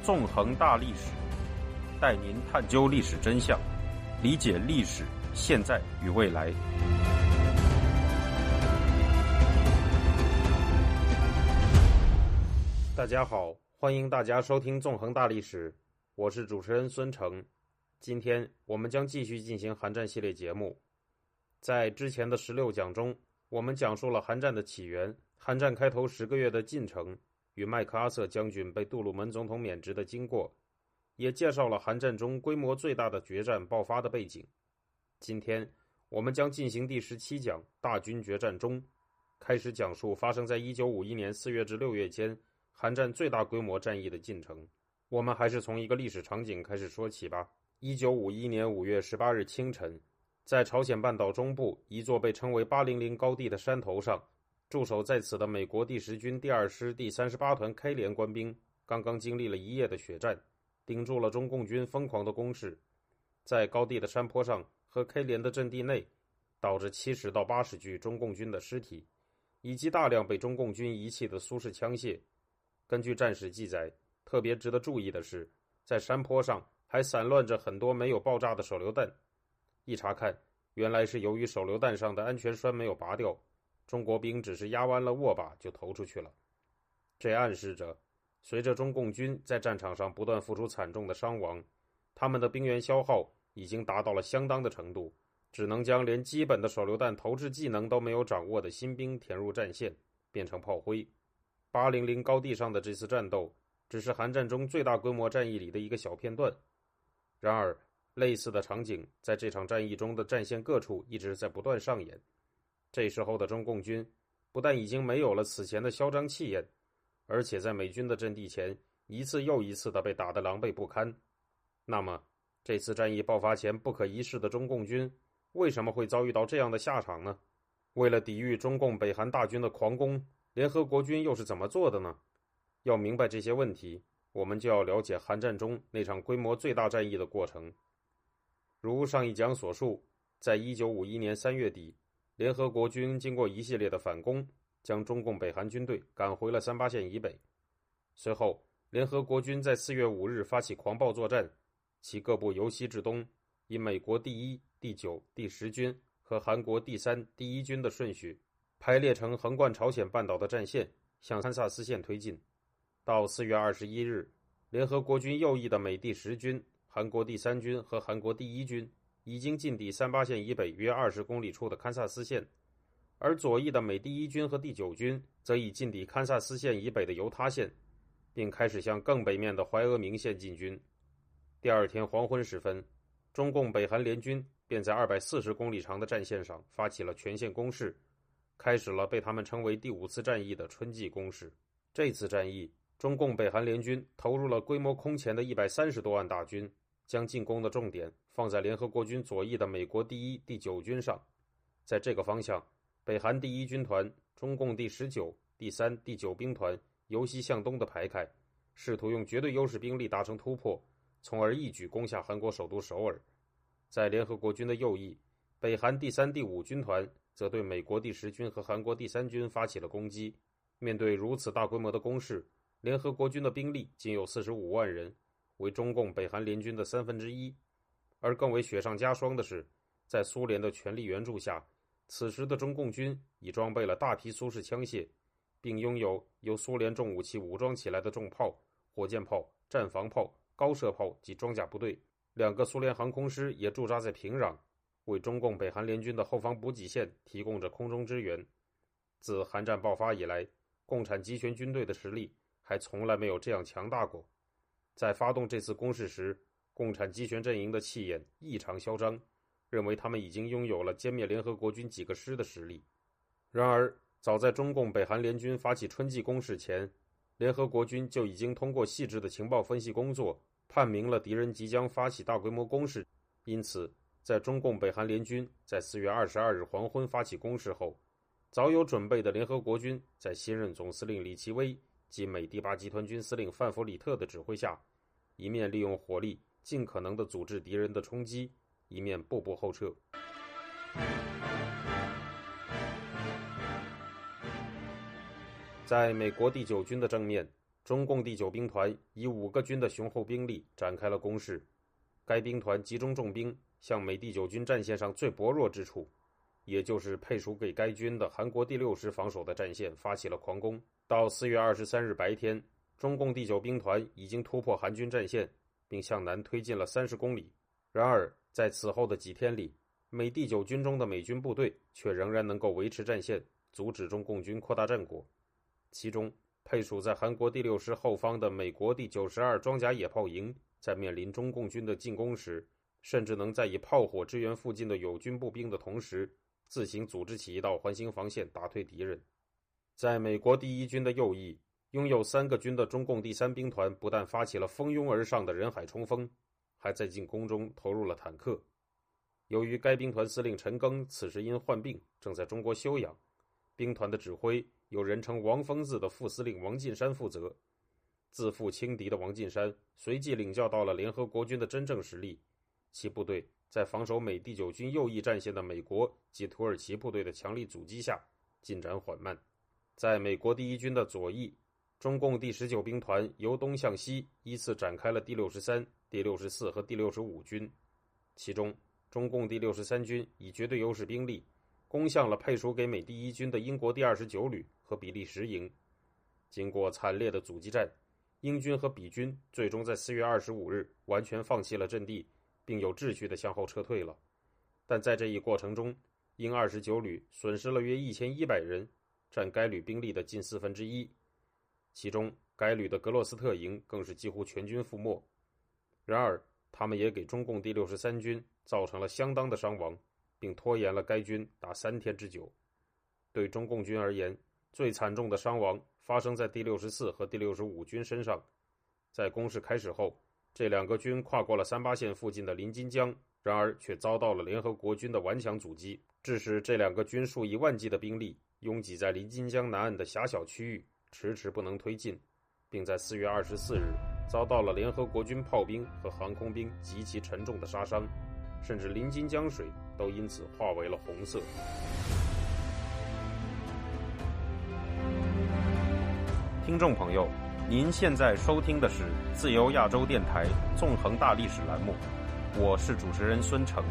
纵横大历史，带您探究历史真相，理解历史现在与未来。大家好，欢迎大家收听纵横大历史，我是主持人孙成。今天我们将继续进行韩战系列节目。在之前的16讲中，我们讲述了韩战的起源，韩战开头10个月的进程，与麦克阿瑟将军被杜鲁门总统免职的经过，也介绍了韩战中规模最大的决战爆发的背景。今天我们将进行第17讲大军决战中，开始讲述发生在1951年4月至6月间韩战最大规模战役的进程。我们还是从一个历史场景开始说起吧。1951年5月18日清晨，在朝鲜半岛中部一座被称为800高地的山头上，驻守在此的美国第10军第2师第38团 K 连官兵刚刚经历了一夜的血战，顶住了中共军疯狂的攻势。在高地的山坡上和 K 连的阵地内，倒着70到80具中共军的尸体，以及大量被中共军遗弃的苏式枪械。根据战史记载，特别值得注意的是，在山坡上还散乱着很多没有爆炸的手榴弹。一查看，原来是由于手榴弹上的安全栓没有拔掉，中国兵只是压弯了握把就投出去了。这暗示着，随着中共军在战场上不断付出惨重的伤亡，他们的兵员消耗已经达到了相当的程度，只能将连基本的手榴弹投掷技能都没有掌握的新兵填入战线，变成炮灰。800高地上的这次战斗只是韩战中最大规模战役里的一个小片段。然而类似的场景在这场战役中的战线各处一直在不断上演。这时候的中共军不但已经没有了此前的嚣张气焰，而且在美军的阵地前一次又一次地被打得狼狈不堪。那么这次战役爆发前不可一世的中共军为什么会遭遇到这样的下场呢？为了抵御中共北韩大军的狂攻，联合国军又是怎么做的呢？要明白这些问题，我们就要了解韩战中那场规模最大战役的过程。如上一讲所述，在1951年3月底，联合国军经过一系列的反攻，将中共北韩军队赶回了38线以北。随后，联合国军在4月5日发起狂暴作战，其各部由西至东，以美国第1、第9、第10军和韩国第3、第1军的顺序，排列成横贯朝鲜半岛的战线，向堪萨斯线推进。到4月21日，联合国军右翼的美第10军、韩国第3军和韩国第1军已经进抵38线以北约20公里处的堪萨斯线，而左翼的美第1军和第9军则已进抵堪萨斯线以北的犹他县，并开始向更北面的怀俄明县进军。第二天黄昏时分，中共北韩联军便在240公里长的战线上发起了全线攻势，开始了被他们称为第5次战役的春季攻势。这次战役，中共北韩联军投入了规模空前的130多万大军，将进攻的重点放在联合国军左翼的美国第1、第9军上。在这个方向，北韩第1军团、中共第19、第3、第9兵团由西向东的排开，试图用绝对优势兵力达成突破，从而一举攻下韩国首都首尔。在联合国军的右翼，北韩第3、第5军团则对美国第10军和韩国第3军发起了攻击。面对如此大规模的攻势，联合国军的兵力仅有45万人，为中共北韩联军的1/3。而更为雪上加霜的是，在苏联的全力援助下，此时的中共军已装备了大批苏式枪械，并拥有由苏联重武器武装起来的重炮、火箭炮、战防炮、高射炮及装甲部队。2个苏联航空师也驻扎在平壤，为中共北韩联军的后方补给线提供着空中支援。自韩战爆发以来，共产集权军队的实力还从来没有这样强大过。在发动这次攻势时，共产集权阵营的气焰异常嚣张，认为他们已经拥有了歼灭联合国军几个师的实力。然而，早在中共北韩联军发起春季攻势前，联合国军就已经通过细致的情报分析工作，判明了敌人即将发起大规模攻势。因此，在中共北韩联军在4月22日黄昏发起攻势后，早有准备的联合国军在新任总司令李奇微及美第8集团军司令范弗里特的指挥下，一面利用火力尽可能地阻止敌人的冲击，一面步步后撤。在美国第9军的正面， 中共第9兵团以5个军的雄厚兵力展开了攻势。该兵团集中重兵向美第9军战线上最薄弱之处，也就是配属给该军的韩国第6师防守的战线发起了狂攻。到4月23日白天，中共第9兵团已经突破韩军战线，并向南推进了30公里。然而，在此后的几天里，美第9军中的美军部队却仍然能够维持战线，阻止中共军扩大战果。其中，配属在韩国第6师后方的美国第92装甲野炮营，在面临中共军的进攻时，甚至能在以炮火支援附近的友军步兵的同时，自行组织起一道环形防线，打退敌人。在美国第1军的右翼，拥有3个军的中共第3兵团不但发起了蜂拥而上的人海冲锋，还在进攻中投入了坦克。由于该兵团司令陈赓此时因患病正在中国休养，兵团的指挥由人称王疯子的副司令王进山负责。自负轻敌的王进山随即领教到了联合国军的真正实力，其部队在防守美第9军右翼战线的美国及土耳其部队的强力阻击下进展缓慢。在美国第1军的左翼，中共第19兵团由东向西依次展开了第63、第64和第65军。其中，中共第63军以绝对优势兵力攻向了配属给美第1军的英国第29旅和比利时营。经过惨烈的阻击战，英军和比军最终在4月25日完全放弃了阵地，并有秩序地向后撤退了。但在这一过程中，英29旅损失了约1100人，占该旅兵力的近1/4，其中该旅的格洛斯特营更是几乎全军覆没。然而，他们也给中共第63军造成了相当的伤亡，并拖延了该军达3天之久。对中共军而言，最惨重的伤亡发生在第64和第65军身上。在攻势开始后，这2个军跨过了三八线附近的临津江，然而却遭到了联合国军的顽强阻击，致使这2个军数以万计的兵力拥挤在临津江南岸的狭小区域，迟迟不能推进，并在4月24日遭到了联合国军炮兵和航空兵极其沉重的杀伤，甚至临津江水都因此化为了红色。听众朋友，您现在收听的是自由亚洲电台纵横大历史栏目，我是主持人孙成。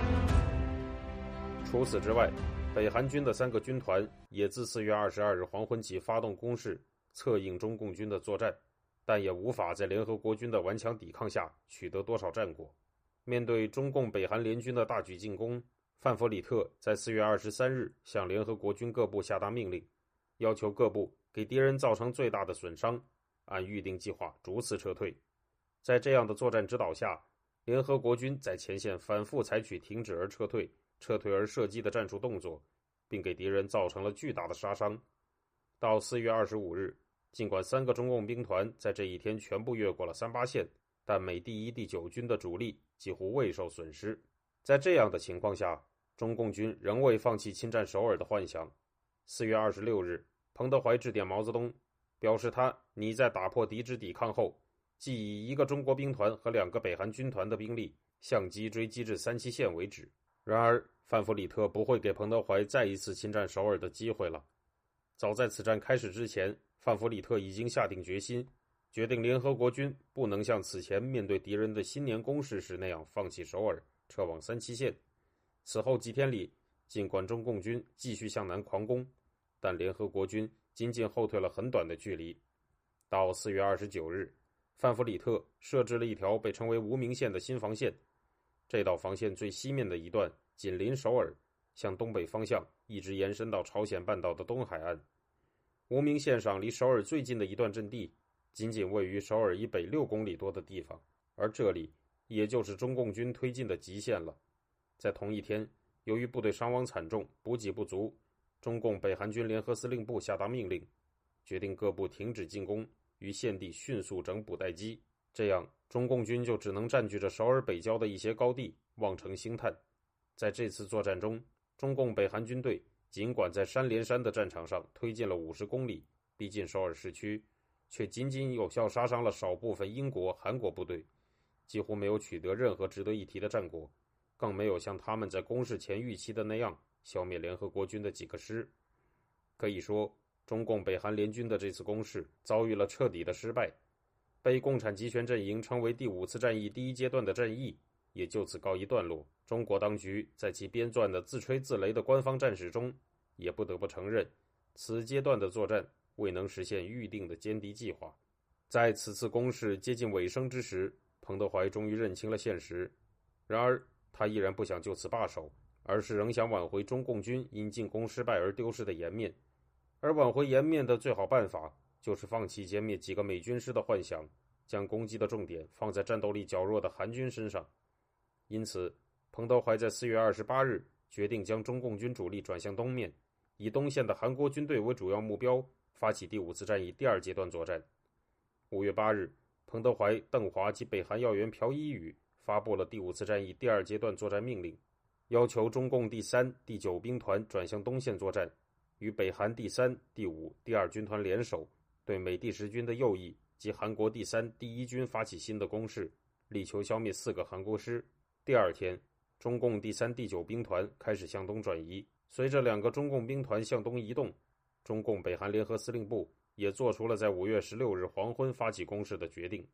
除此之外，北韩军的3个军团也自4月22日黄昏起发动攻势，策应中共军的作战，但也无法在联合国军的顽强抵抗下取得多少战果。面对中共北韩联军的大举进攻，范弗里特在4月23日向联合国军各部下达命令，要求各部给敌人造成最大的损伤，按预定计划逐次撤退。在这样的作战指导下，联合国军在前线反复采取停止而撤退、撤退而射击的战术动作，并给敌人造成了巨大的杀伤。到4月25日，尽管3个中共兵团在这一天全部越过了三八线，但美第1、第9军的主力几乎未受损失。在这样的情况下，中共军仍未放弃侵占首尔的幻想。4月26日，彭德怀致电毛泽东，表示拟在打破敌之抵抗后，即以1个中国兵团和2个北韩军团的兵力向击追击至37线为止。然而，范弗里特不会给彭德怀再一次侵占首尔的机会了。早在此战开始之前，范弗里特已经下定决心，决定联合国军不能像此前面对敌人的新年攻势时那样放弃首尔，撤往37线。此后几天里，尽管中共军继续向南狂攻，但联合国军仅仅后退了很短的距离。到4月29日，范弗里特设置了一条被称为无名线的新防线，这道防线最西面的一段紧邻首尔，向东北方向一直延伸到朝鲜半岛的东海岸。无名线上离首尔最近的一段阵地仅仅位于首尔以北6公里多的地方，而这里也就是中共军推进的极限了。在同一天，由于部队伤亡惨重，补给不足，中共北韩军联合司令部下达命令，决定各部停止进攻，于现地迅速整补待机。这样，中共军就只能占据着首尔北郊的一些高地，望城兴叹。在这次作战中，中共北韩军队尽管在山连山的战场上推进了50公里，逼近首尔市区，却仅仅有效杀伤了少部分英国、韩国部队，几乎没有取得任何值得一提的战果，更没有像他们在攻势前预期的那样消灭联合国军的几个师。可以说， 中共北韩联军的这次攻势遭遇了彻底的失败，被共产集权阵营称为第5次战役第1阶段的战役也就此告一段落。中国当局在其编撰的自吹自擂的官方战史中，也不得不承认，此阶段的作战未能实现预定的歼敌计划。在此次攻势接近尾声之时，彭德怀终于认清了现实，然而他依然不想就此罢手，而是仍想挽回中共军因进攻失败而丢失的颜面。而挽回颜面的最好办法，就是放弃歼灭几个美军师的幻想，将攻击的重点放在战斗力较弱的韩军身上。因此，彭德怀在4月28日决定将中共军主力转向东面，以东线的韩国军队为主要目标，发起第5次战役第2阶段作战。5月8日，彭德怀、邓华及北韩要员朴一宇发布了第5次战役第2阶段作战命令，要求中共第3、第9兵团转向东线作战，与北韩第3、第5、第2军团联手，对美第10军的右翼及韩国第3、第1军发起新的攻势，力求消灭4个韩国师。第2天，中共第3、第9兵团开始向东转移。随着2个中共兵团向东移动，中共北韩联合司令部也做出了在5月16日黄昏发起攻势的决定。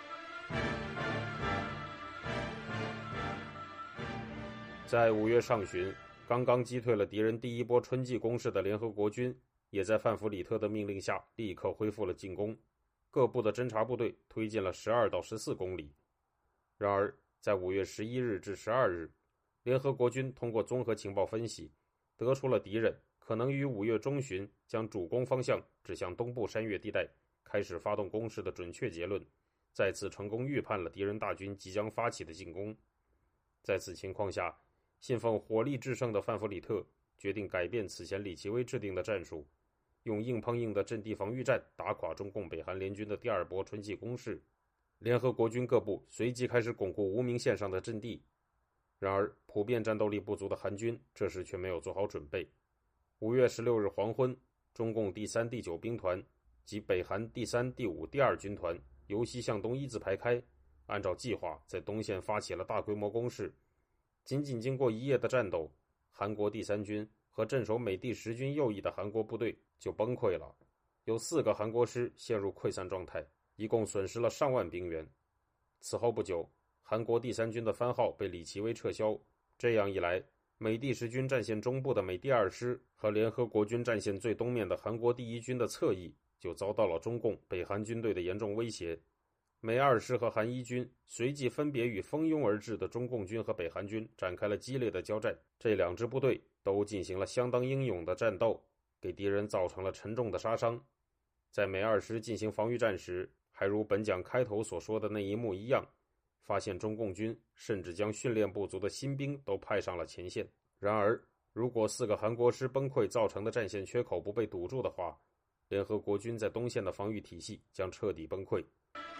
在5月上旬，刚刚击退了敌人第1波春季攻势的联合国军，也在范弗里特的命令下立刻恢复了进攻，各部的侦察部队推进了12到14公里。然而，在5月11日至12日，联合国军通过综合情报分析，得出了敌人可能于5月中旬将主攻方向指向东部山岳地带，开始发动攻势的准确结论，再次成功预判了敌人大军即将发起的进攻。在此情况下，信奉火力制胜的范弗里特决定改变此前李奇微制定的战术，用硬碰硬的阵地防御战打垮中共北韩联军的第2波春季攻势。联合国军各部随即开始巩固无名线上的阵地，然而普遍战斗力不足的韩军这时却没有做好准备。5月16日黄昏，中共第3、第9兵团及北韩第3、第5、第2军团由西向东一字排开，按照计划在东线发起了大规模攻势。仅仅经过1夜的战斗，韩国第3军和镇守美第10军右翼的韩国部队就崩溃了，有4个韩国师陷入溃散状态，一共损失了上万兵员。此后不久，韩国第3军的番号被李奇微撤销，这样一来，美第10军战线中部的美第2师和联合国军战线最东面的韩国第1军的侧翼就遭到了中共北韩军队的严重威胁。美2师和韩1军随即分别与蜂拥而至的中共军和北韩军展开了激烈的交战，这2支部队都进行了相当英勇的战斗，给敌人造成了沉重的杀伤。在美2师进行防御战时，还如本讲开头所说的那一幕一样，发现中共军甚至将训练不足的新兵都派上了前线。然而，如果4个韩国师崩溃造成的战线缺口不被堵住的话，联合国军在东线的防御体系将彻底崩溃。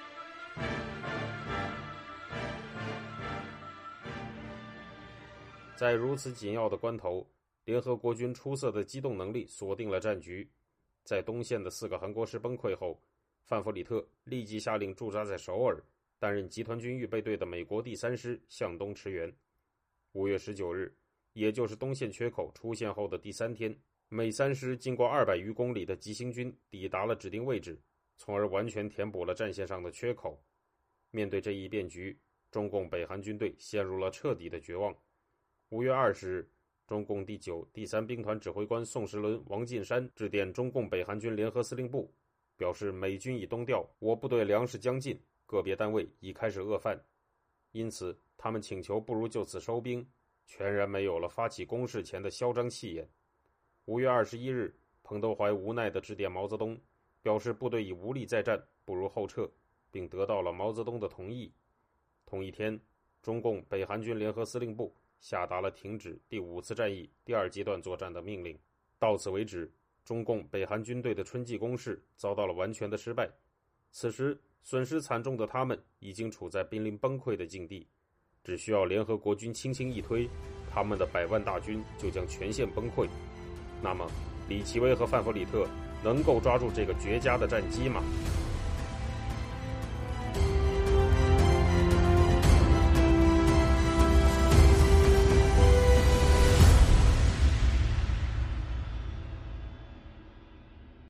在如此紧要的关头，联合国军出色的机动能力锁定了战局。在东线的4个韩国师崩溃后，范弗里特立即下令驻扎在首尔，担任集团军预备队的美国第3师向东驰援。5月19日，也就是东线缺口出现后的第3天，美3师经过200余公里的急行军抵达了指定位置，从而完全填补了战线上的缺口。面对这一变局，中共北韩军队陷入了彻底的绝望。5月20日，中共第9、第3兵团指挥官宋时轮、王近山致电中共北韩军联合司令部，表示美军已东调，我部队粮食将尽，个别单位已开始饿饭，因此他们请求不如就此收兵，全然没有了发起攻势前的嚣张气焰。5月21日，彭德怀无奈地致电毛泽东，表示部队已无力再战，不如后撤，并得到了毛泽东的同意。同一天，中共北韩军联合司令部下达了停止第5次战役第2阶段作战的命令。到此为止，中共北韩军队的春季攻势遭到了完全的失败。此时，损失惨重的他们已经处在濒临崩溃的境地，只需要联合国军轻轻一推，他们的100万大军就将全线崩溃。那么，李奇微和范弗里特能够抓住这个绝佳的战机吗？